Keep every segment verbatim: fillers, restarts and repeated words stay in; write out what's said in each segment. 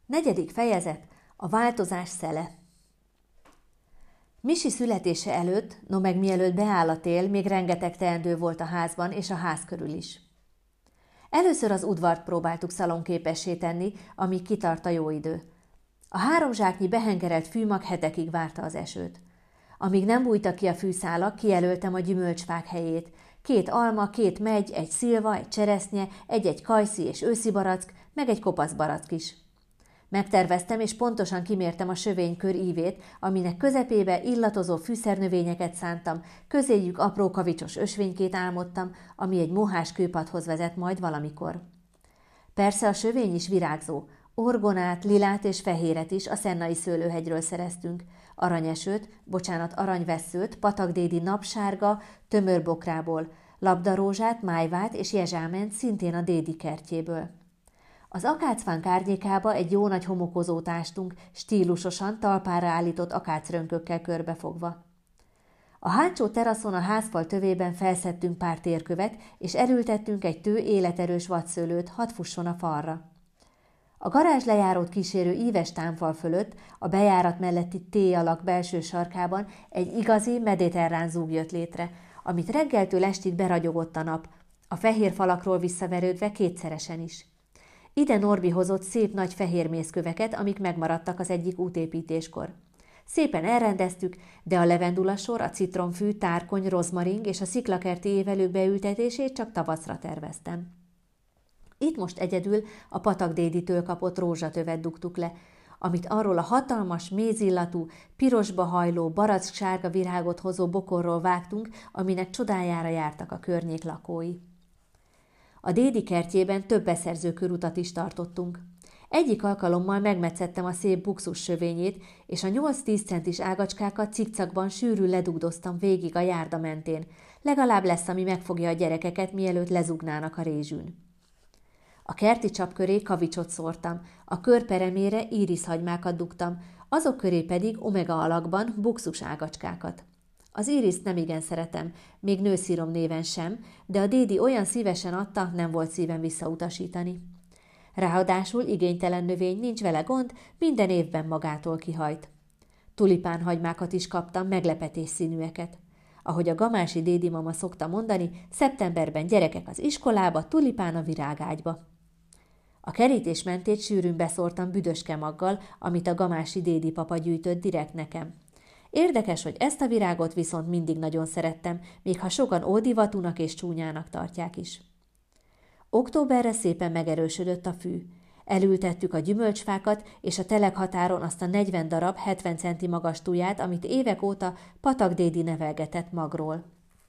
Negyedik fejezet. A változás szele. Misi születése előtt, no meg mielőtt beáll a tél, még rengeteg teendő volt a házban és a ház körül is. Először az udvart próbáltuk szalonképessé tenni, amíg kitart a jó idő. A három zsáknyi behengerelt fűmag hetekig várta az esőt. Amíg nem bújtak ki a fűszálak, kijelöltem a gyümölcsfák helyét. Két alma, két megy, egy szilva, egy cseresznye, egy-egy kajszi és őszi barack, meg egy kopasz barack is. Megterveztem és pontosan kimértem a sövénykör ívét, aminek közepébe illatozó fűszernövényeket szántam, közéjük apró kavicsos ösvénykét álmodtam, ami egy mohás kőpadhoz vezet majd valamikor. Persze a sövény is virágzó, orgonát, lilát és fehéret is a szennai szőlőhegyről szereztünk, aranyesőt, bocsánat, aranyvesszőt, patakdédi napsárga, tömörbokrából, labdarózsát, májvát és jezsáment szintén a dédi kertjéből. Az akácfánk árnyékába egy jó nagy homokozót ástunk, stílusosan talpára állított akácrönkökkel körbefogva. A hátsó teraszon a házfal tövében felszedtünk pár térkövet, és elültettünk egy tő életerős vadszőlőt, hadd fusson a falra. A garázs lejárót kísérő íves támfal fölött, a bejárat melletti T-alak belső sarkában egy igazi mediterrán zúg jött létre, amit reggeltől estig beragyogott a nap, a fehér falakról visszaverődve kétszeresen is. Ide Norbi hozott szép nagy fehér mészköveket, amik megmaradtak az egyik útépítéskor. Szépen elrendeztük, de a levendulasor, a citromfű, tárkony, rozmaring és a sziklakerti évelők beültetését csak tavaszra terveztem. Itt most egyedül a patakdéditől kapott rózsatövet dugtuk le, amit arról a hatalmas, mézillatú, pirosba hajló, barack-sárga virágot hozó bokorról vágtunk, aminek csodájára jártak a környék lakói. A dédi kertjében több beszerző körutat is tartottunk. Egyik alkalommal megmetszettem a szép buxus sövényét, és a nyolc-tíz centis ágacskákat cikcakban sűrűn ledugdoztam végig a járda mentén. Legalább lesz, ami megfogja a gyerekeket, mielőtt lezugnának a rézsűn. A kerti csap köré kavicsot szórtam, a kör peremére íriszhagymákat dugtam, azok köré pedig omega alakban buxus ágacskákat. Az íriszt nem igen szeretem, még nőszírom néven sem, de a dédi olyan szívesen adta, nem volt szívem visszautasítani. Ráadásul igénytelen növény, nincs vele gond, minden évben magától kihajt. Tulipánhagymákat is kaptam, meglepetés színűeket. Ahogy a gamási dédi mama szokta mondani, szeptemberben gyerekek az iskolába, tulipán a virágágyba. A kerítés mentét sűrűn beszórtam büdöske maggal, amit a gamási dédi papa gyűjtött direkt nekem. Érdekes, hogy ezt a virágot viszont mindig nagyon szerettem, még ha sokan ódivatúnak és csúnyának tartják is. Októberre szépen megerősödött a fű. Elültettük a gyümölcsfákat, és a telekhatáron azt a negyven darab, hetven centi magas tuját, amit évek óta patakdédi nevelgetett magról.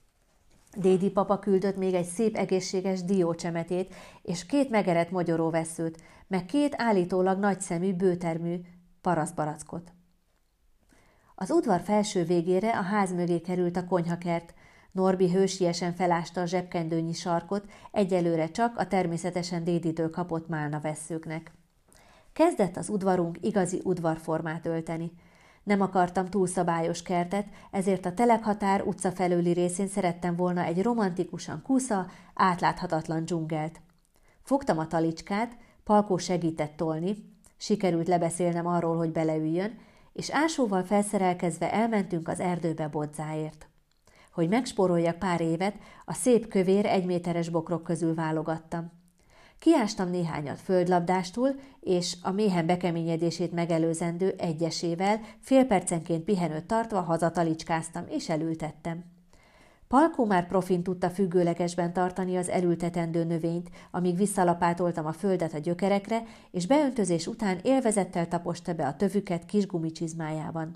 Dédi papa küldött még egy szép egészséges diócsemetét, és két megerett mogyoróvesszőt, meg két állítólag nagyszemű, bőtermű parasztbarackot. Az udvar felső végére a ház mögé került a konyhakert. Norbi hősiesen felásta a zsebkendőnyi sarkot, egyelőre csak a természetesen déditől kapott málnavesszőknek. Kezdett az udvarunk igazi udvarformát ölteni. Nem akartam túl szabályos kertet, ezért a telekhatár utca felőli részén szerettem volna egy romantikusan kusza, átláthatatlan dzsungelt. Fogtam a talicskát, Palkó segített tolni, sikerült lebeszélnem arról, hogy beleüljön, és ásóval felszerelkezve elmentünk az erdőbe bodzáért. Hogy megspóroljak pár évet, a szép kövér egyméteres bokrok közül válogattam. Kiástam néhányat földlabdástul, és a méhen bekeményedését megelőzendő egyesével fél percenként pihenőt tartva hazatalicskáztam és elültettem. Palkó már profin tudta függőlegesben tartani az elültetendő növényt, amíg visszalapátoltam a földet a gyökerekre, és beöntözés után élvezettel taposta be a tövüket kis gumicsizmájában.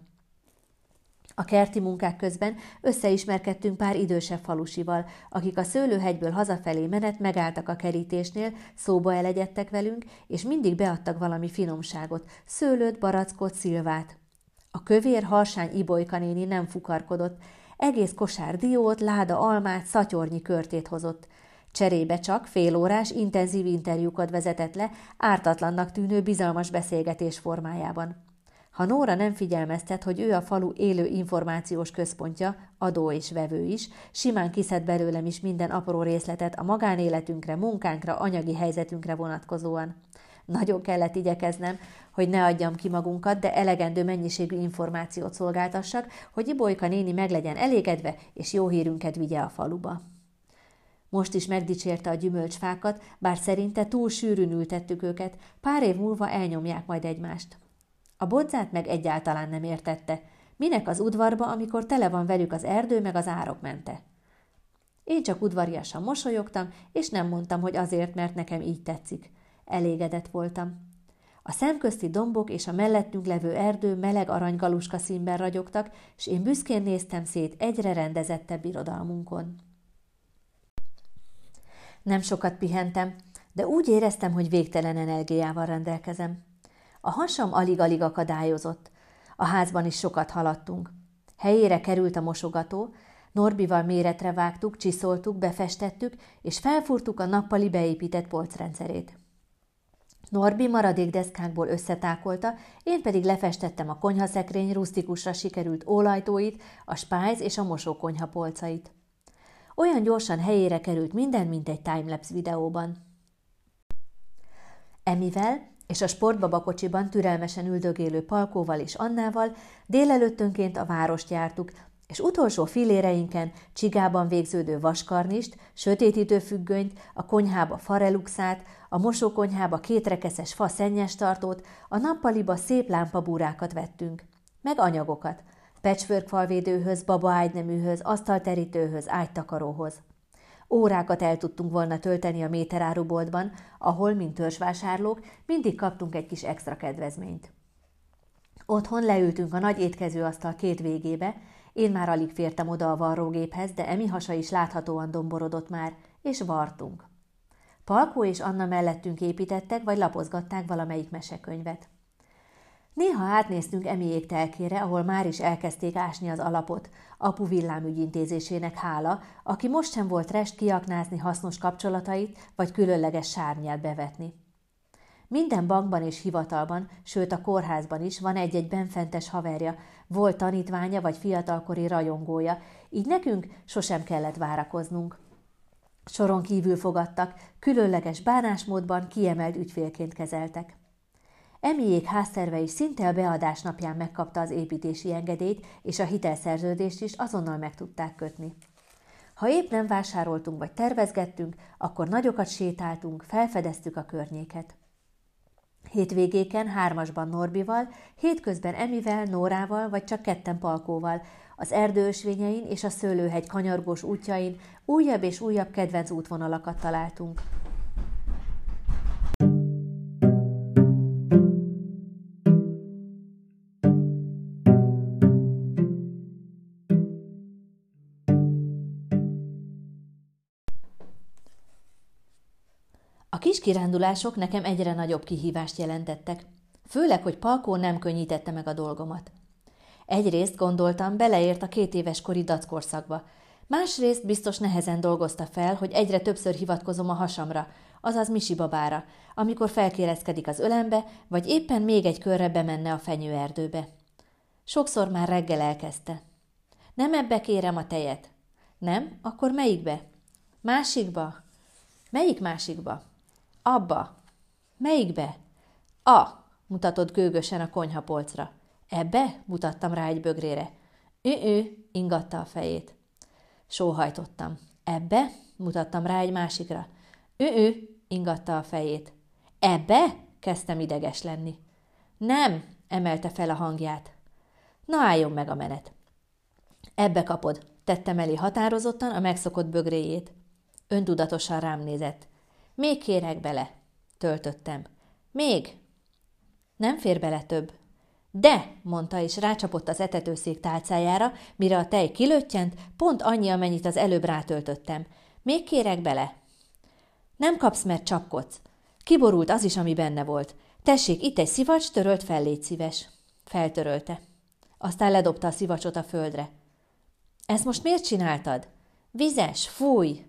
A kerti munkák közben összeismerkedtünk pár idősebb falusival, akik a szőlőhegyből hazafelé menet megálltak a kerítésnél, szóba elegyedtek velünk, és mindig beadtak valami finomságot, szőlőt, barackot, szilvát. A kövér harsány Ibolyka néni nem fukarkodott, egész kosár diót, láda almát, szatyornyi körtét hozott. Cserébe csak félórás, intenzív interjúkat vezetett le, ártatlannak tűnő bizalmas beszélgetés formájában. Ha Nóra nem figyelmeztet, hogy ő a falu élő információs központja, adó és vevő is, simán kiszed belőlem is minden apró részletet a magánéletünkre, munkánkra, anyagi helyzetünkre vonatkozóan. Nagyon kellett igyekeznem, hogy ne adjam ki magunkat, de elegendő mennyiségű információt szolgáltassak, hogy Ibolyka néni meg legyen elégedve, és jó hírünket vigye a faluba. Most is megdicsérte a gyümölcsfákat, bár szerinte túl sűrűn ültettük őket, pár év múlva elnyomják majd egymást. A bodzát meg egyáltalán nem értette. Minek az udvarba, amikor tele van velük az erdő meg az árok mente? Én csak udvariasan mosolyogtam, és nem mondtam, hogy azért, mert nekem így tetszik. Elégedett voltam. A szemközti dombok és a mellettünk levő erdő meleg aranygaluska színben ragyogtak, és én büszkén néztem szét egyre rendezettebb irodalmunkon. Nem sokat pihentem, de úgy éreztem, hogy végtelen energiával rendelkezem. A hasam alig-alig akadályozott. A házban is sokat haladtunk. Helyére került a mosogató, Norbival méretre vágtuk, csiszoltuk, befestettük, és felfúrtuk a nappali beépített polcrendszerét. Norbi maradékdeszkákból összetákolta, én pedig lefestettem a konyhaszekrény rusztikusra sikerült ólajtóit, a spájz és a mosókonyha polcait. Olyan gyorsan helyére került minden, mint egy timelapse videóban. Emivel és a sportbabakocsiban türelmesen üldögélő Palkóval és Annával délelőttönként a várost jártuk, és utolsó filéreinken csigában végződő vaskarnist, sötétítő függönyt, a konyhába fareluxát, a mosókonyhába kétrekeszes fa szennyestartót, a nappaliba szép lámpabúrákat vettünk. Meg anyagokat, patchwork falvédőhöz, babaágyneműhöz, asztalterítőhöz, ágytakaróhoz. Órákat el tudtunk volna tölteni a méteráruboltban, ahol, mint törzsvásárlók, mindig kaptunk egy kis extra kedvezményt. Otthon leültünk a nagy étkezőasztal két végébe, én már alig fértem oda a varrógéphez, de Emi hasa is láthatóan domborodott már, és vartunk. Palkó és Anna mellettünk építettek, vagy lapozgatták valamelyik mesekönyvet. Néha átnéztünk Emiék telkére, ahol már is elkezdték ásni az alapot, apu villámügyintézésének hála, aki most sem volt rest kiaknázni hasznos kapcsolatait, vagy különleges sárnyát bevetni. Minden bankban és hivatalban, sőt a kórházban is van egy-egy benfentes haverja, volt tanítványa vagy fiatalkori rajongója, így nekünk sosem kellett várakoznunk. Soron kívül fogadtak, különleges bánásmódban kiemelt ügyfélként kezeltek. Emiék házterve is szinte a beadás napján megkapta az építési engedélyt, és a hitelszerződést is azonnal meg tudták kötni. Ha épp nem vásároltunk vagy tervezgettünk, akkor nagyokat sétáltunk, felfedeztük a környéket. Hétvégéken hármasban Norbival, hétközben Emivel, Nórával vagy csak ketten Palkóval, az erdőösvényein és a Szőlőhegy kanyargós útjain újabb és újabb kedvenc útvonalakat találtunk. A kis kirándulások nekem egyre nagyobb kihívást jelentettek, főleg, hogy Palkó nem könnyítette meg a dolgomat. Egyrészt gondoltam, beleért a két éves kori dackorszakba, másrészt biztos nehezen dolgozta fel, hogy egyre többször hivatkozom a hasamra, azaz Misi babára, amikor felkérezkedik az ölembe, vagy éppen még egy körre bemenne a fenyőerdőbe. Sokszor már reggel elkezdte. Nem ebbe kérem a tejet. Nem? Akkor melyikbe? Másikba? Melyik másikba? Abba. Melyikbe? A, mutatott gőgösen a konyhapolcra. Ebbe? Mutattam rá egy bögrére. Ő-ő, ingatta a fejét. Sóhajtottam. Ebbe? Mutattam rá egy másikra. Ő-ő, ingatta a fejét. Ebbe? Kezdtem ideges lenni. Nem, emelte fel a hangját. Na álljon meg a menet. Ebbe kapod, tettem elé határozottan a megszokott bögréjét. Öntudatosan rám nézett. Még kérek bele. Töltöttem. Még? Nem fér bele több. De, mondta, és rácsapott az etetőszék tálcájára, mire a tej kilöttyent, pont annyi, amennyit az előbb rátöltöttem. Még kérek bele? Nem kapsz, mert csapkodsz. Kiborult az is, ami benne volt. Tessék, itt egy szivacs, törölt fel, légy szíves. Feltörölte. Aztán ledobta a szivacsot a földre. Ezt most miért csináltad? Vizes, fúj!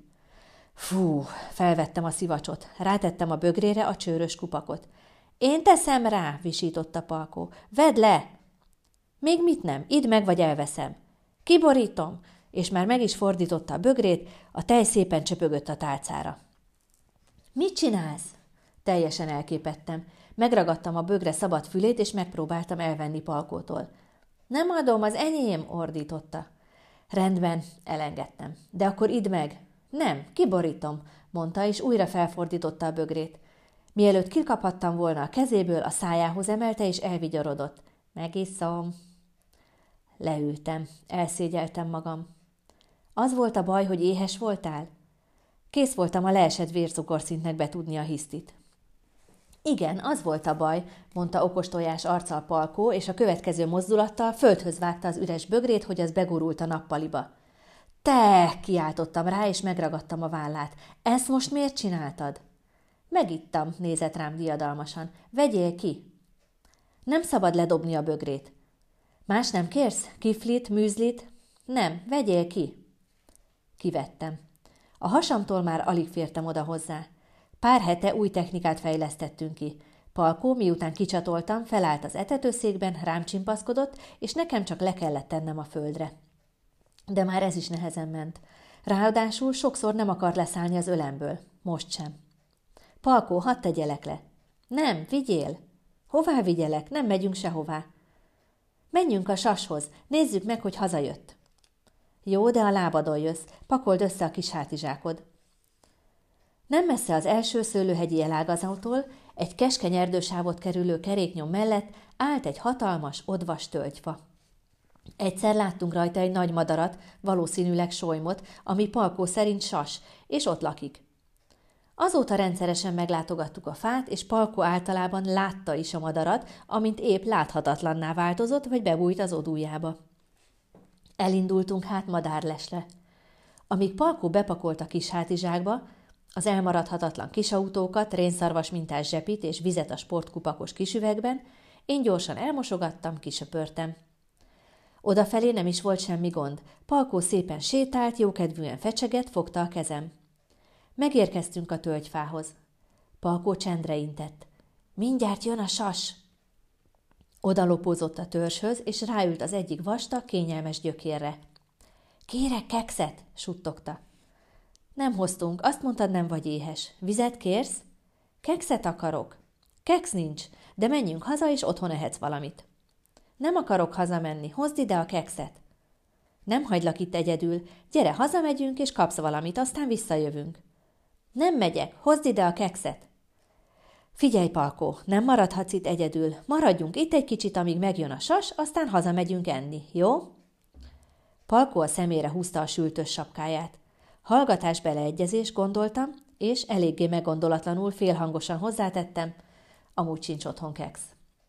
Fú, felvettem a szivacsot, rátettem a bögrére a csőrös kupakot. Én teszem rá, visította Palkó. Vedd le! Még mit nem, idd meg, vagy elveszem. Kiborítom, és már meg is fordította a bögrét, a tej szépen csöpögött a tálcára. Mit csinálsz? teljesen elképettem. Megragadtam a bögre szabad fülét, és megpróbáltam elvenni Palkótól. Nem adom, az enyém, ordította. Rendben, elengedtem. De akkor idd meg. Nem, kiborítom, mondta, és újra felfordította a bögrét. Mielőtt kikaphattam volna a kezéből, a szájához emelte, és elvigyorodott. Megiszom. Leültem, elszégyeltem magam. Az volt a baj, hogy éhes voltál? Kész voltam a leesett vércukorszintnek betudni a hisztit. Igen, az volt a baj, mondta okostojás arccal Palkó, és a következő mozdulattal földhöz vágta az üres bögrét, hogy az begurult a nappaliba. Te! Kiáltottam rá, és megragadtam a vállát. Ezt most miért csináltad? Megittam, nézett rám diadalmasan. Vegyél ki! Nem szabad ledobni a bögrét. Más nem kérsz? Kiflit, műzlit? Nem, vegyél ki! Kivettem. A hasamtól már alig fértem oda hozzá. Pár hete új technikát fejlesztettünk ki. Palkó, miután kicsatoltam, felállt az etetőszékben, rám csimpaszkodott, és nekem csak le kellett tennem a földre. De már ez is nehezen ment. Ráadásul sokszor nem akart leszállni az ölemből. Most sem. Palkó, hadd tegyelek le. Nem, vigyél. Hová vigyelek? Nem megyünk sehová. Menjünk a sashoz, nézzük meg, hogy hazajött. Jó, de a lábadon jössz, pakold össze a kis hátizsákod. Nem messze az első szőlőhegyi elágazótól, egy keskeny erdősávot kerülő keréknyom mellett állt egy hatalmas, odvas tölgyfa. Egyszer láttunk rajta egy nagy madarat, valószínűleg solymot, ami Palkó szerint sas, és ott lakik. Azóta rendszeresen meglátogattuk a fát, és Palkó általában látta is a madarat, amint épp láthatatlanná változott, vagy bebújt az odújába. Elindultunk hát madárlesre. Amíg Palkó bepakolt a kis hátizsákba, az elmaradhatatlan kisautókat, rénszarvas mintás zsepit és vizet a sportkupakos kisüvegben, én gyorsan elmosogattam, kisöpörtem. Odafelé nem is volt semmi gond. Palkó szépen sétált, jókedvűen fecsegett, fogta a kezem. Megérkeztünk a tölgyfához. Palkó csendre intett. Mindjárt jön a sas! Oda lopózott a törzshöz, és ráült az egyik vastag, kényelmes gyökérre. Kérek kekszet, suttogta. Nem hoztunk, azt mondtad, nem vagy éhes. Vizet kérsz? Kekszet akarok. Keksz nincs, de menjünk haza, és otthon ehetsz valamit. Nem akarok hazamenni, hozd ide a kekszet. Nem hagylak itt egyedül, gyere, hazamegyünk, és kapsz valamit, aztán visszajövünk. Nem megyek, hozd ide a kekszet. Figyelj, Palkó, nem maradhatsz itt egyedül, maradjunk itt egy kicsit, amíg megjön a sas, aztán hazamegyünk enni, jó? Palkó a szemére húzta a sültös sapkáját. Hallgatás beleegyezés, gondoltam, és eléggé meggondolatlanul félhangosan hozzátettem, amúgy sincs otthon keksz.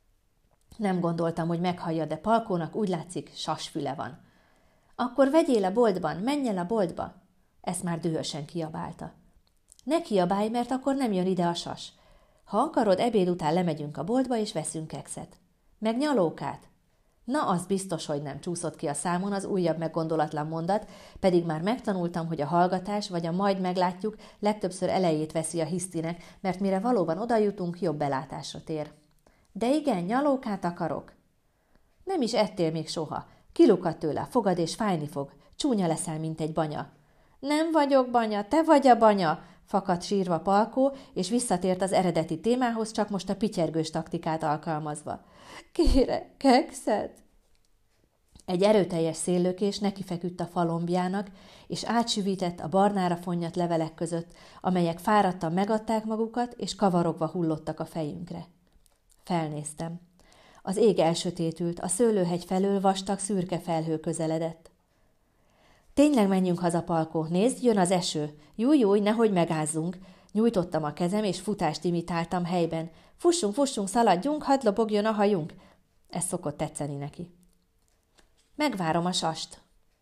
Nem gondoltam, hogy meghallja, de Palkónak úgy látszik, sasfüle van. Akkor vegyél a boltban, menj el a boltba! Ezt már dühösen kiabálta. Ne kiabálj, mert akkor nem jön ide a sas. Ha akarod, ebéd után lemegyünk a boltba, és veszünk kekszet. Meg nyalókát? Na, az biztos, hogy nem csúszott ki a számon az újabb meggondolatlan mondat, pedig már megtanultam, hogy a hallgatás, vagy a majd meglátjuk, legtöbbször elejét veszi a hisztinek, mert mire valóban odajutunk, jobb belátásra tér. De igen, nyalókát akarok. Nem is ettél még soha. Kilukadt tőle, fogad és fájni fog. Csúnya leszel, mint egy banya. Nem vagyok banya, te vagy a banya, fakadt sírva Palkó, és visszatért az eredeti témához, csak most a pityergős taktikát alkalmazva. Kérek, kekszet! Egy erőteljes széllökés nekifeküdt a falombjának, és átsüvített a barnára fonnyat levelek között, amelyek fáradtan megadták magukat, és kavarogva hullottak a fejünkre. Felnéztem. Az ég elsötétült, a szőlőhegy felől vastag szürke felhő közeledett. Tényleg menjünk haza, Palkó, nézd, jön az eső. Júj, júj, nehogy megázzunk. Nyújtottam a kezem, és futást imitáltam helyben. Fussunk, fussunk, szaladjunk, hadd lobogjon a hajunk. Ez szokott tetszeni neki. Megvárom a sast.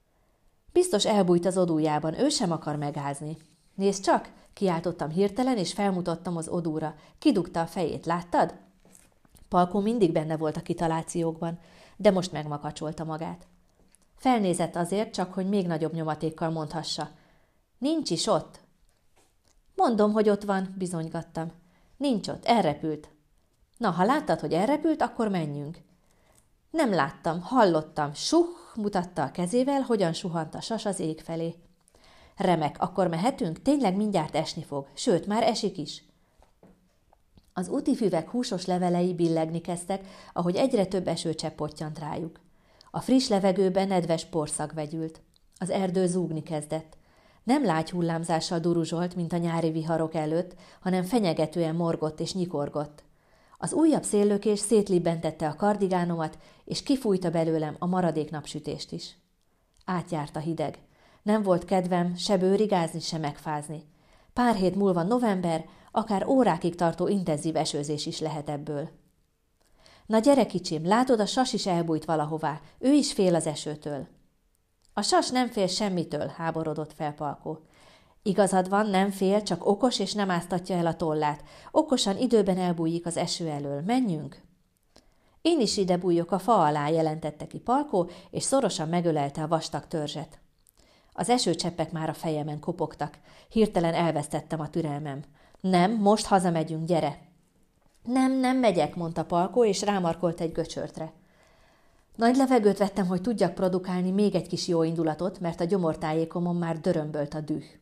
Biztos elbújt az odújában, ő sem akar megázni. Nézd csak, kiáltottam hirtelen, és felmutattam az odúra. Kidugta a fejét, láttad? Palkó mindig benne volt a kitalációkban, de most megmakacsolta magát. Felnézett azért csak, hogy még nagyobb nyomatékkal mondhassa. Nincs is ott. Mondom, hogy ott van, bizonygattam. Nincs ott, elrepült. Na, ha láttad, hogy elrepült, akkor menjünk. Nem láttam, hallottam. Suh, mutatta a kezével, hogyan suhant a sas az ég felé. Remek, akkor mehetünk? Tényleg mindjárt esni fog, sőt, már esik is. Az útifüvek húsos levelei billegni kezdtek, ahogy egyre több esőcsepp pottyant rájuk. A friss levegőben nedves porszag vegyült. Az erdő zúgni kezdett. Nem lágy hullámzással duruzsolt, mint a nyári viharok előtt, hanem fenyegetően morgott és nyikorgott. Az újabb széllökés szétlibbentette a kardigánomat, és kifújta belőlem a maradék napsütést is. Átjárt a hideg. Nem volt kedvem se bőrigázni, se megfázni. Pár hét múlva november, akár órákig tartó intenzív esőzés is lehet ebből. Na gyere, kicsim, látod, a sas is elbújt valahová, ő is fél az esőtől. A sas nem fél semmitől, háborodott fel Palkó. Igazad van, nem fél, csak okos és nem áztatja el a tollát. Okosan időben elbújik az eső elől. Menjünk! Én is ide bújok a fa alá, jelentette ki Palkó, és szorosan megölelte a vastag törzset. Az esőcseppek már a fejemen kopogtak. Hirtelen elvesztettem a türelmem. Nem, most hazamegyünk, gyere! Nem, nem megyek, mondta Palkó, és rámarkolt egy göcsörtre. Nagy levegőt vettem, hogy tudjak produkálni még egy kis jó indulatot, mert a gyomortájékomon már dörömbölt a düh.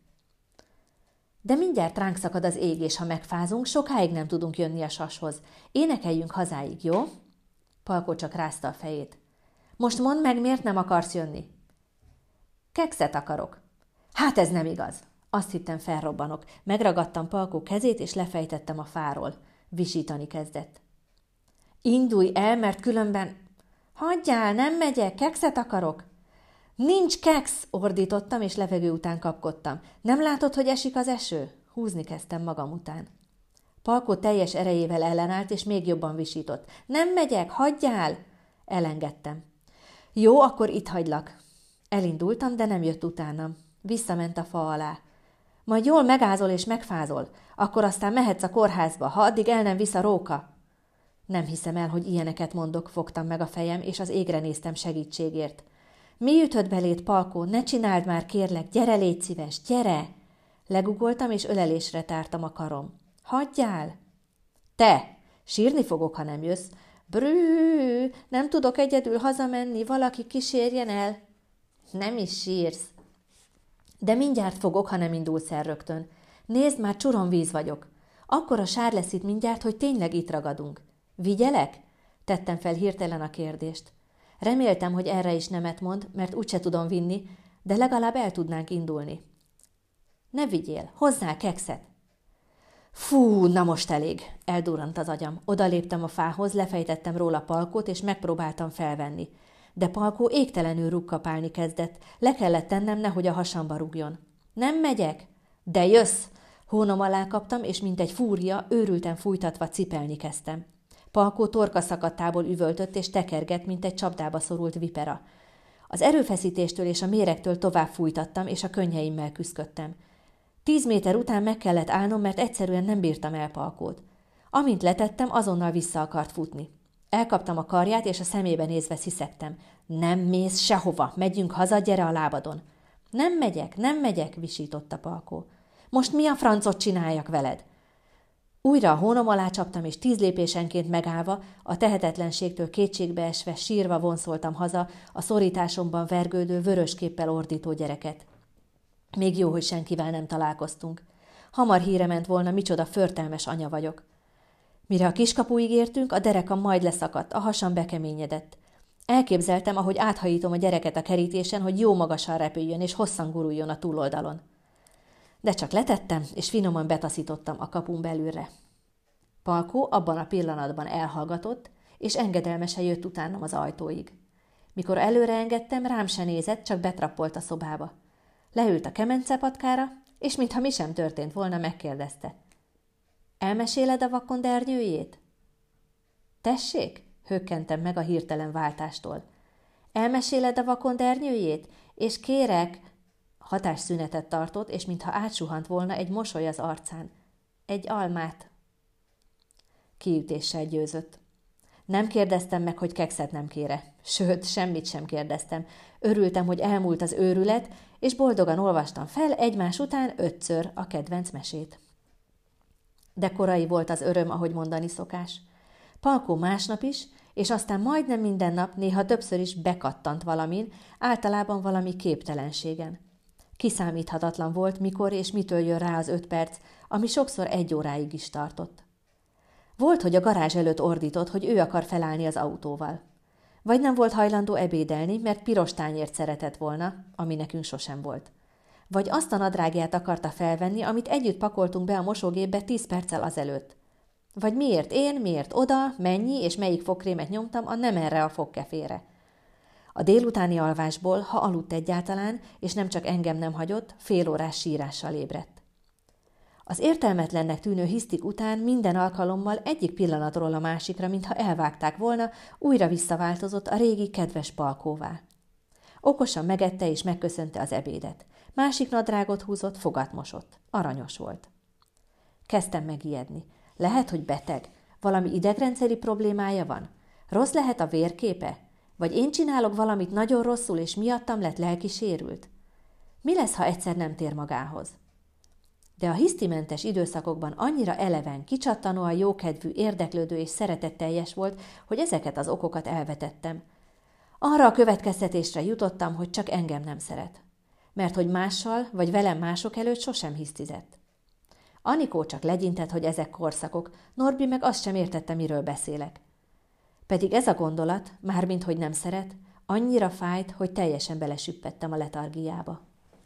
De mindjárt ránk szakad az ég, és ha megfázunk, sokáig nem tudunk jönni a sashoz. Énekeljünk hazáig, jó? Palkó csak rázta a fejét. Most mondd meg, miért nem akarsz jönni? Kekszet akarok. Hát ez nem igaz. Azt hittem, felrobbanok. Megragadtam Palkó kezét, és lefejtettem a fáról. Visítani kezdett. Indulj el, mert különben... Hagyjál, nem megyek, kekszet akarok. Nincs keksz, ordítottam, és levegő után kapkodtam. Nem látod, hogy esik az eső? Húzni kezdtem magam után. Palkó teljes erejével ellenállt, és még jobban visított. Nem megyek, hagyjál! Elengedtem. Jó, akkor itt hagylak. Elindultam, de nem jött utánam. Visszament a fa alá. Majd jól megázol és megfázol, akkor aztán mehetsz a kórházba, ha addig el nem visz a róka. Nem hiszem el, hogy ilyeneket mondok, fogtam meg a fejem, és az égre néztem segítségért. Mi ütött beléd, Palkó? Ne csináld már, kérlek, gyere, légy szíves, gyere! Legugoltam, és ölelésre tártam a karom. Hagyjál! Te! Sírni fogok, ha nem jössz. Brű! Nem tudok egyedül hazamenni, valaki kísérjen el. Nem is sírsz. De mindjárt fogok, ha nem indulsz el rögtön. Nézd, már csuromvíz vagyok. Akkora sár lesz itt mindjárt, hogy tényleg itt ragadunk. Vigyelek? Tettem fel hirtelen a kérdést. Reméltem, hogy erre is nemet mond, mert úgyse tudom vinni, de legalább el tudnánk indulni. Ne vigyél, hozzá kekszet! Fú, na most elég, eldurrant az agyam. Oda léptem a fához, lefejtettem róla Palkót, és megpróbáltam felvenni. De Palkó égtelenül rukkapálni kezdett. Le kellett tennem, nehogy a hasamba rúgjon. Nem megyek? De jössz! Hónom alá kaptam, és mint egy fúria, őrülten fújtatva cipelni kezdtem. Palkó torka szakadtából üvöltött, és tekergett, mint egy csapdába szorult vipera. Az erőfeszítéstől és a méregtől tovább fújtattam, és a könnyeimmel küszködtem. Tíz méter után meg kellett állnom, mert egyszerűen nem bírtam el Palkót. Amint letettem, azonnal vissza akart futni. Elkaptam a karját, és a szemébe nézve sziszegtem. Nem mész sehova, megyünk haza, gyere a lábadon. Nem megyek, nem megyek, visította Palkó. Most mi a francot csináljak veled? Újra a hónom alá csaptam, és tíz lépésenként megállva, a tehetetlenségtől kétségbeesve, sírva vonszoltam haza a szorításomban vergődő, vörösképpel ordító gyereket. Még jó, hogy senkivel nem találkoztunk. Hamar híre ment volna, micsoda förtelmes anya vagyok. Mire a kiskapuig értünk, a derekam majd leszakadt, a hasam bekeményedett. Elképzeltem, ahogy áthajítom a gyereket a kerítésen, hogy jó magasan repüljön és hosszan guruljon a túloldalon. De csak letettem, és finoman betaszítottam a kapun belülre. Palkó abban a pillanatban elhallgatott, és engedelmesen jött utánam az ajtóig. Mikor előre engedtem, rám se nézett, csak betrappolt a szobába. Leült a kemencepatkára, és mintha mi sem történt volna, megkérdezte. Elmeséled a vakondernyőjét? Tessék? Hökkentem meg a hirtelen váltástól. Elmeséled a vakondernyőjét? És kérek... Hatásszünetet tartott, és mintha átsuhant volna egy mosoly az arcán. Egy almát. Kiütéssel győzött. Nem kérdeztem meg, hogy kekszet nem kére. Sőt, semmit sem kérdeztem. Örültem, hogy elmúlt az őrület, és boldogan olvastam fel egymás után ötször a kedvenc mesét. De korai volt az öröm, ahogy mondani szokás. Palkó másnap is, és aztán majdnem minden nap, néha többször is bekattant valamin, általában valami képtelenségen. Kiszámíthatatlan volt, mikor és mitől jön rá az öt perc, ami sokszor egy óráig is tartott. Volt, hogy a garázs előtt ordított, hogy ő akar felállni az autóval. Vagy nem volt hajlandó ebédelni, mert piros tányért szeretett volna, ami nekünk sosem volt. Vagy azt a nadrágját akarta felvenni, amit együtt pakoltunk be a mosógépbe tíz perccel azelőtt. Vagy miért én, miért oda, mennyi és melyik fogkrémet nyomtam a nem erre a fogkefére. A délutáni alvásból, ha aludt egyáltalán, és nem csak engem nem hagyott, félórás sírással ébredt. Az értelmetlennek tűnő hisztik után minden alkalommal egyik pillanatról a másikra, mintha elvágták volna, újra visszaváltozott a régi kedves Palkóvá. Okosan megette és megköszönte az ebédet. Másik nadrágot húzott, fogat mosott. Aranyos volt. Kezdtem megijedni. Lehet, hogy beteg? Valami idegrendszeri problémája van? Rossz lehet a vérképe? Vagy én csinálok valamit nagyon rosszul, és miattam lett lelkisérült? Mi lesz, ha egyszer nem tér magához? De a hisztimentes időszakokban annyira eleven, kicsattanóan jókedvű, érdeklődő és szeretetteljes volt, hogy ezeket az okokat elvetettem. Arra a következtetésre jutottam, hogy csak engem nem szeret. Mert hogy mással, vagy velem mások előtt sosem hisztizett. Anikó csak legyintett, hogy ezek korszakok, Norbi meg azt sem értette, miről beszélek. Pedig ez a gondolat, mármint hogy nem szeret, annyira fájt, hogy teljesen belesüppettem a letargiába.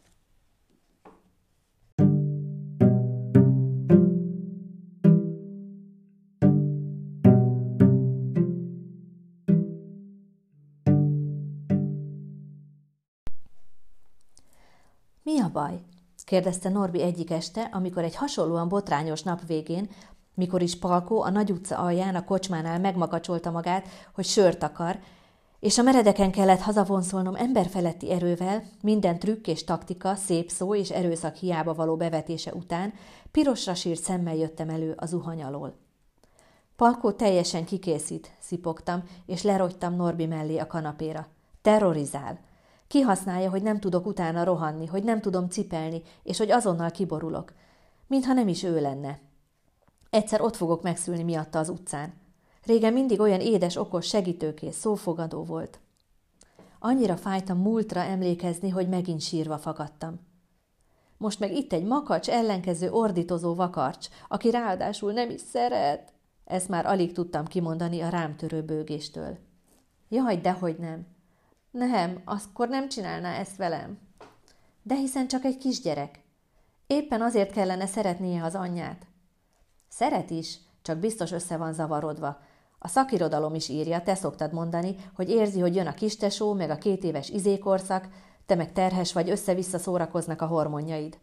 Mi a baj? Kérdezte Norbi egyik este, amikor egy hasonlóan botrányos nap végén, mikor is Palkó a nagy utca alján a kocsmánál megmakacsolta magát, hogy sört akar, és a meredeken kellett hazavonszolnom emberfeletti erővel, minden trükk és taktika, szép szó és erőszak hiába való bevetése után, pirosra sírt szemmel jöttem elő a zuhany alól. Palkó teljesen kikészít, szipogtam, és lerogytam Norbi mellé a kanapéra. Terrorizál. Kihasználja, hogy nem tudok utána rohanni, hogy nem tudom cipelni, és hogy azonnal kiborulok. Mintha nem is ő lenne. Egyszer ott fogok megszülni miatta az utcán. Régen mindig olyan édes, okos, segítőkész, szófogadó volt. Annyira fájtam múltra emlékezni, hogy megint sírva fakadtam. Most meg itt egy makacs, ellenkező, ordítozó vakarcs, aki ráadásul nem is szeret. Ezt már alig tudtam kimondani a rám törő bőgéstől. Jaj, dehogy nem. Nem, akkor nem csinálná ezt velem. De hiszen csak egy kisgyerek. Éppen azért kellene szeretnie az anyját. Szeret is, csak biztos össze van zavarodva. A szakirodalom is írja, te szoktad mondani, hogy érzi, hogy jön a kistesó, meg a két éves izékorszak, te meg terhes vagy, össze-vissza szórakoznak a hormonjaid.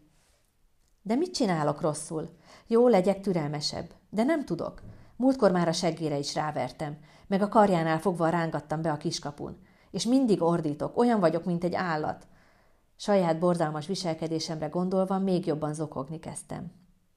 De mit csinálok rosszul? Jó, legyek türelmesebb, de nem tudok. Múltkor már a seggére is rávertem, meg a karjánál fogva rángattam be a kiskapun. És mindig ordítok, olyan vagyok, mint egy állat. Saját borzalmas viselkedésemre gondolva még jobban zokogni kezdtem.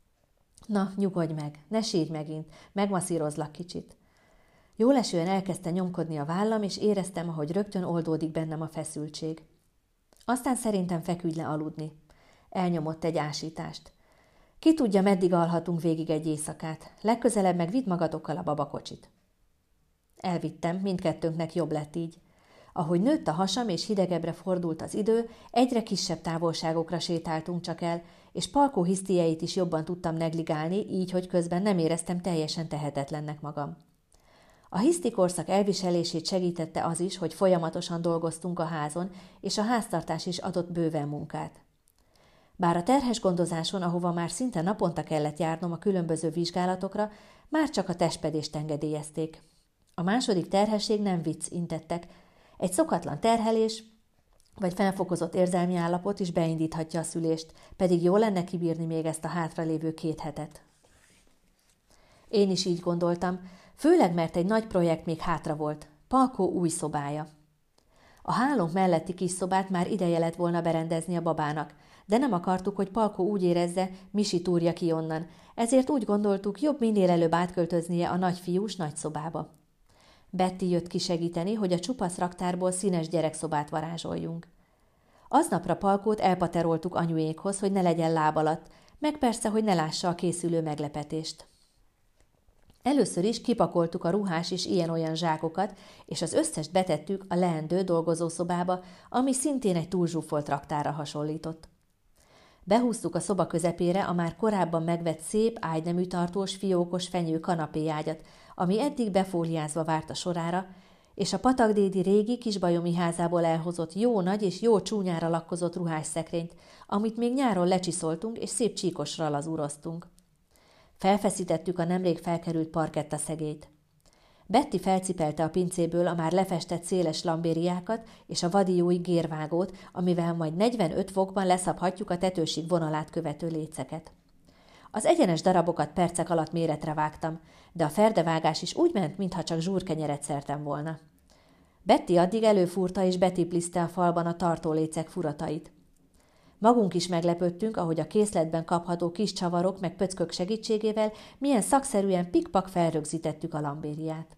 Na, nyugodj meg, ne sírj megint, megmasszírozlak kicsit. Jólesően elkezdte nyomkodni a vállam, és éreztem, ahogy rögtön oldódik bennem a feszültség. Aztán szerintem feküdj le aludni. Elnyomott egy ásítást. Ki tudja, meddig alhatunk végig egy éjszakát, legközelebb meg vidd magatokkal a babakocsit. Elvittem, mindkettőnknek jobb lett így. Ahogy nőtt a hasam és hidegebbre fordult az idő, egyre kisebb távolságokra sétáltunk csak el, és Palkó hisztieit is jobban tudtam negligálni, így, hogy közben nem éreztem teljesen tehetetlennek magam. A hisztikorszak elviselését segítette az is, hogy folyamatosan dolgoztunk a házon, és a háztartás is adott bőven munkát. Bár a terhes gondozáson, ahova már szinte naponta kellett járnom a különböző vizsgálatokra, már csak a testpedést engedélyezték. A második terhesség nem vicc, intettek. Egy szokatlan terhelés, vagy felfokozott érzelmi állapot is beindíthatja a szülést, pedig jó lenne kibírni még ezt a hátralévő két hetet. Én is így gondoltam, főleg mert egy nagy projekt még hátra volt, Palkó új szobája. A hálónk melletti kis szobát már ideje lett volna berendezni a babának, de nem akartuk, hogy Palkó úgy érezze, Misi túrja ki onnan, ezért úgy gondoltuk, jobb minél előbb átköltöznie a nagyfiús nagyszobába. Betty jött ki segíteni, hogy a csupasz raktárból színes gyerekszobát varázsoljunk. Aznapra Palkót elpateroltuk anyuékhoz, hogy ne legyen láb alatt, meg persze, hogy ne lássa a készülő meglepetést. Először is kipakoltuk a ruhás és ilyen-olyan zsákokat, és az összest betettük a leendő dolgozószobába, ami szintén egy túlzsúfolt raktárra hasonlított. Behúztuk a szoba közepére a már korábban megvett szép, ágynemű tartós, fiókos fenyő kanapéjágyat, ami eddig befóliázva várt a sorára, és a patakdédi régi kisbajomi házából elhozott jó nagy és jó csúnyára lakkozott ruhásszekrényt, amit még nyáron lecsiszoltunk és szép csíkosra lazúroztunk. Felfeszítettük a nemrég felkerült parketta szegélyt. Betty felcipelte a pincéből a már lefestett széles lambériákat és a vadiói gérvágót, amivel majd negyvenöt fokban leszabhatjuk a tetősig vonalát követő léceket. Az egyenes darabokat percek alatt méretre vágtam, de a ferdevágás is úgy ment, mintha csak zsúrkenyeret szertem volna. Betty addig előfúrta és betiplizte a falban a tartólécek furatait. Magunk is meglepődtünk, ahogy a készletben kapható kis csavarok meg pöckök segítségével milyen szakszerűen pikpak felrögzítettük a lambériát.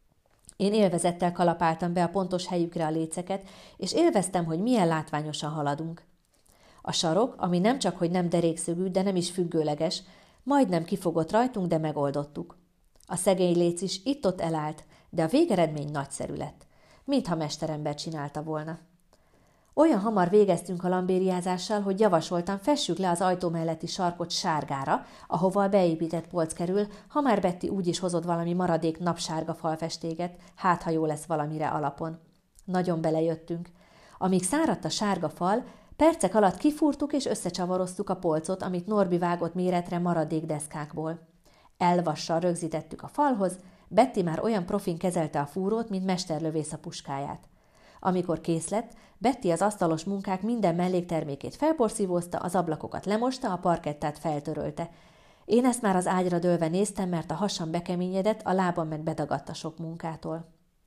Én élvezettel kalapáltam be a pontos helyükre a léceket, és élveztem, hogy milyen látványosan haladunk. A sarok, ami nem csak hogy nem derékszögű, de nem is függőleges, majdnem kifogott rajtunk, de megoldottuk. A szegény léc is itt-ott elállt, de a végeredmény nagyszerű lett, mintha mesterember csinálta volna. Olyan hamar végeztünk a lambériázással, hogy javasoltam, fessük le az ajtó melletti sarkot sárgára, ahova a beépített polc kerül, ha már Betty úgyis hozott valami maradék napsárga falfestéget, hát ha jó lesz valamire alapon. Nagyon belejöttünk. Amíg száradt a sárga fal, percek alatt kifúrtuk és összecsavaroztuk a polcot, amit Norbi vágott méretre maradék deszkákból. Elvassal rögzítettük a falhoz, Betty már olyan profin kezelte a fúrót, mint mesterlövész a puskáját. Amikor kész lett, Betty az asztalos munkák minden melléktermékét felporszívózta, az ablakokat lemosta, a parkettát feltörölte. Én ezt már az ágyra dőlve néztem, mert a hasam bekeményedett, a lábam meg bedagadt a sok munkától.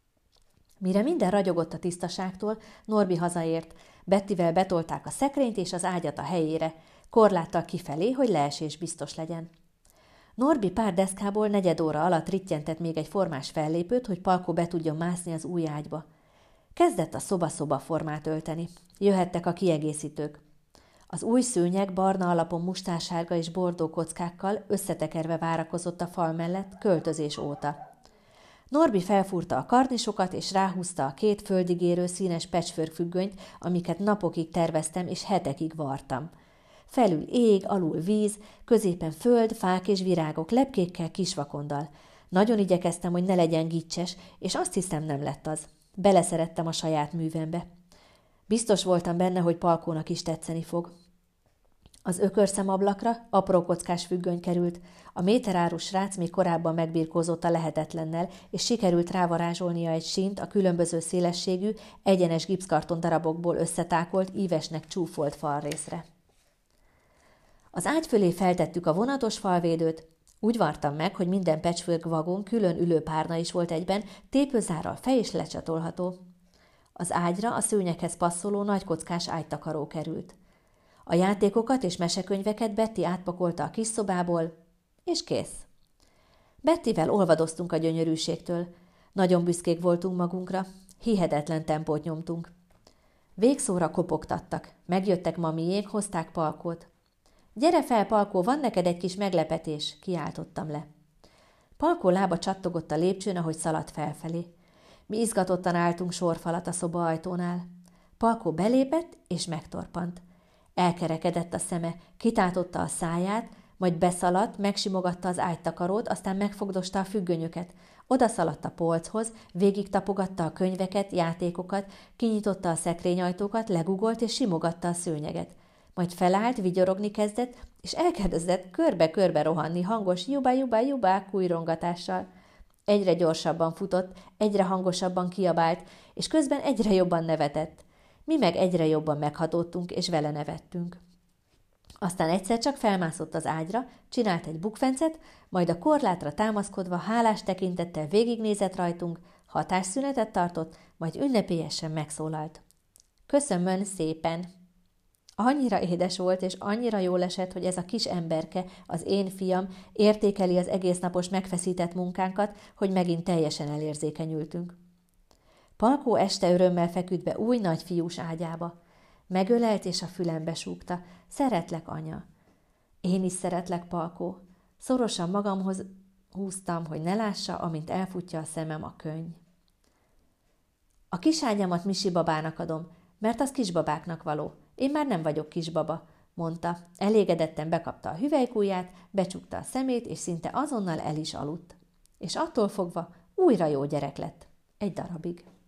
Mire minden ragyogott a tisztaságtól, Norbi hazaért. Bettyvel betolták a szekrényt és az ágyat a helyére, korláttal kifelé, hogy leesés biztos legyen. Norbi pár deszkából negyed óra alatt rittyentett még egy formás fellépőt, hogy Palko be tudjon mászni az új ágyba. Kezdett a szoba-szoba formát ölteni. Jöhettek a kiegészítők. Az új szőnyeg barna alapon mustársárga és bordó kockákkal összetekerve várakozott a fal mellett költözés óta. Norbi felfúrta a karnisokat és ráhúzta a két földigérő színes patchwork függönyt, amiket napokig terveztem és hetekig vartam. Felül ég, alul víz, középen föld, fák és virágok, lepkékkel, kisvakonddal. Nagyon igyekeztem, hogy ne legyen gicses, és azt hiszem, nem lett az. Beleszerettem a saját művembe. Biztos voltam benne, hogy Palkónak is tetszeni fog. Az ökörszemablakra apró kockás függöny került. A méteráru srác még korábban megbirkózott a lehetetlennel, és sikerült rávarázsolnia egy sínt a különböző szélességű, egyenes gipszkarton darabokból összetákolt, ívesnek csúfolt falrészre. Az ágy fölé feltettük a vonatos falvédőt. Úgy vartam meg, hogy minden patchwork vagon külön ülőpárna is volt egyben, tépőzárral fej és lecsatolható. Az ágyra a szőnyeghez passzoló nagykockás ágytakaró került. A játékokat és mesekönyveket Betty átpakolta a kis szobából, és kész. Bettyvel olvadoztunk a gyönyörűségtől. Nagyon büszkék voltunk magunkra, hihetetlen tempót nyomtunk. Végszóra kopogtattak, megjöttek mamiék, hozták Palkót. Gyere fel, Palkó, van neked egy kis meglepetés, kiáltottam le. Palkó lába csattogott a lépcsőn, ahogy szaladt felfelé. Mi izgatottan álltunk sorfalat a szoba ajtónál. Palkó belépett és megtorpant. Elkerekedett a szeme, kitátotta a száját, majd beszaladt, megsimogatta az ágytakarót, aztán megfogdosta a függönyöket. Odaszaladt a polchoz, végig tapogatta a könyveket, játékokat, kinyitotta a szekrényajtókat, legugolt és simogatta a szőnyeget. Majd felállt, vigyorogni kezdett, és elkezdett körbe-körbe rohanni hangos jubá-jubá-jubá kújrongatással. Egyre gyorsabban futott, egyre hangosabban kiabált, és közben egyre jobban nevetett. Mi meg egyre jobban meghatódtunk, és vele nevettünk. Aztán egyszer csak felmászott az ágyra, csinált egy bukfencet, majd a korlátra támaszkodva hálás tekintettel végignézett rajtunk, hatásszünetet tartott, majd ünnepélyesen megszólalt. Köszönöm szépen! Annyira édes volt, és annyira jól esett, hogy ez a kis emberke, az én fiam, értékeli az egésznapos megfeszített munkánkat, hogy megint teljesen elérzékenyültünk. Palkó este örömmel feküdt be új nagyfiús ágyába. Megölelt és a fülembe súgta. Szeretlek, anya. Én is szeretlek, Palkó. Szorosan magamhoz húztam, hogy ne lássa, amint elfutja a szemem a könny. A kis ágyamat Misi babának adom, mert az kisbabáknak való. Én már nem vagyok kisbaba. mondta. Elégedetten bekapta a hüvelykújját, becsukta a szemét, és szinte azonnal el is aludt. És attól fogva újra jó gyerek lett. Egy darabig.